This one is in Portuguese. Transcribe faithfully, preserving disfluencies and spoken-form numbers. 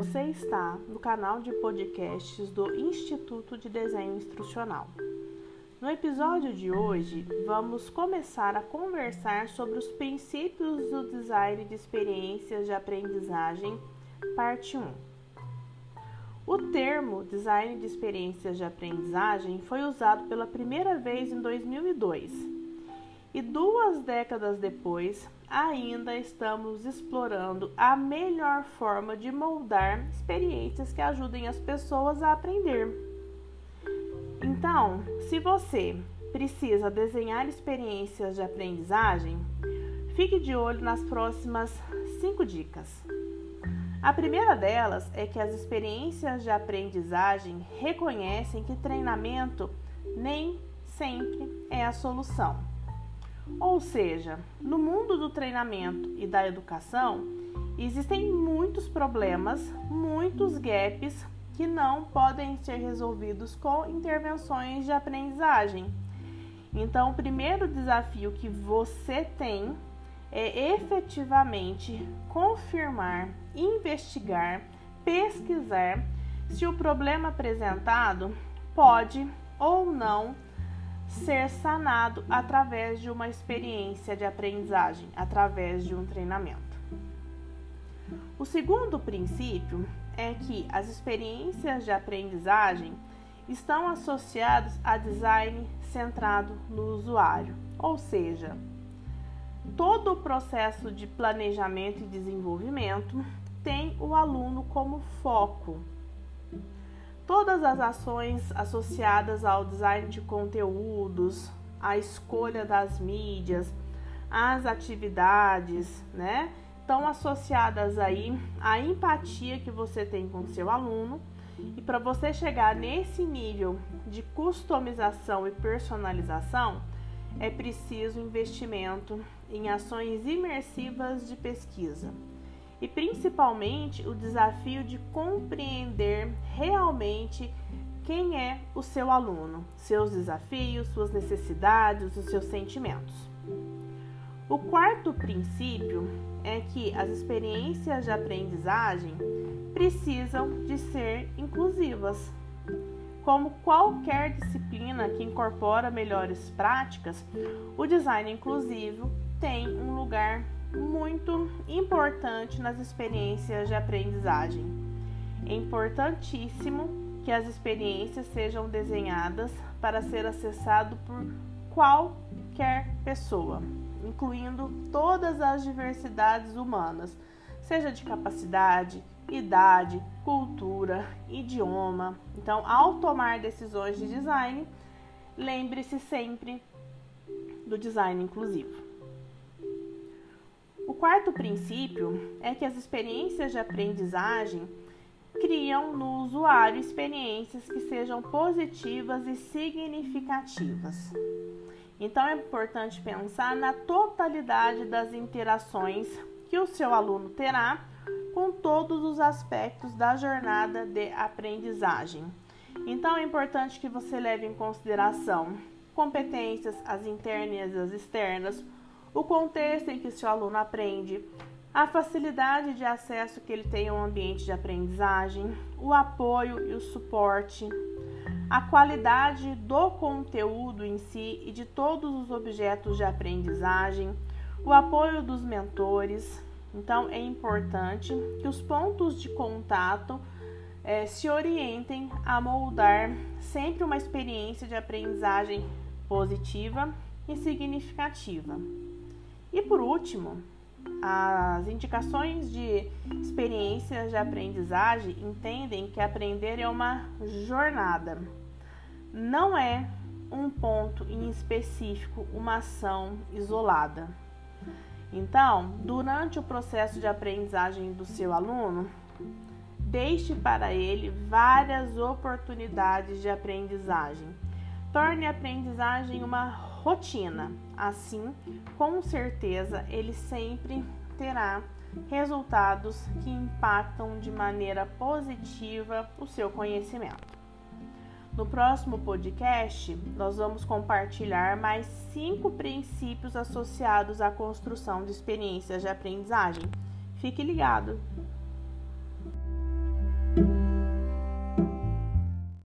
Você está no canal de podcasts do Instituto de Desenho Instrucional. No episódio de hoje, vamos começar a conversar sobre os princípios do design de experiências de aprendizagem, parte um. O termo design de experiências de aprendizagem foi usado pela primeira vez em dois mil e dois. E duas décadas depois, ainda estamos explorando a melhor forma de moldar experiências que ajudem as pessoas a aprender. Então, se você precisa desenhar experiências de aprendizagem, fique de olho nas próximas cinco dicas. A primeira delas é que as experiências de aprendizagem reconhecem que treinamento nem sempre é a solução. Ou seja, no mundo do treinamento e da educação, existem muitos problemas, muitos gaps que não podem ser resolvidos com intervenções de aprendizagem. Então, o primeiro desafio que você tem é efetivamente confirmar, investigar, pesquisar se o problema apresentado pode ou não ser sanado através de uma experiência de aprendizagem, através de um treinamento. O segundo princípio é que as experiências de aprendizagem estão associadas a design centrado no usuário, ou seja, todo o processo de planejamento e desenvolvimento tem o aluno como foco. Todas as ações associadas ao design de conteúdos, à escolha das mídias, às atividades, né, estão associadas aí à empatia que você tem com o seu aluno. E para você chegar nesse nível de customização e personalização, é preciso investimento em ações imersivas de pesquisa. E principalmente o desafio de compreender realmente quem é o seu aluno, seus desafios, suas necessidades, os seus sentimentos. O quarto princípio é que as experiências de aprendizagem precisam de ser inclusivas. Como qualquer disciplina que incorpora melhores práticas, o design inclusivo tem um lugar muito importante nas experiências de aprendizagem. É importantíssimo que as experiências sejam desenhadas para ser acessado por qualquer pessoa, incluindo todas as diversidades humanas, seja de capacidade, idade, cultura, idioma. Então, ao tomar decisões de design, lembre-se sempre do design inclusivo. O quarto princípio é que as experiências de aprendizagem criam no usuário experiências que sejam positivas e significativas. Então, é importante pensar na totalidade das interações que o seu aluno terá com todos os aspectos da jornada de aprendizagem. Então, é importante que você leve em consideração competências, as internas e as externas, o contexto em que o seu aluno aprende, a facilidade de acesso que ele tem ao ambiente de aprendizagem, o apoio e o suporte, a qualidade do conteúdo em si e de todos os objetos de aprendizagem, o apoio dos mentores. Então, é importante que os pontos de contato eh, se orientem a moldar sempre uma experiência de aprendizagem positiva e significativa. E por último, as indicações de experiências de aprendizagem entendem que aprender é uma jornada, não é um ponto em específico, uma ação isolada. Então, durante o processo de aprendizagem do seu aluno, deixe para ele várias oportunidades de aprendizagem. Torne a aprendizagem uma rotina. Assim, com certeza, ele sempre terá resultados que impactam de maneira positiva o seu conhecimento. No próximo podcast, nós vamos compartilhar mais cinco princípios associados à construção de experiências de aprendizagem. Fique ligado! Tchau!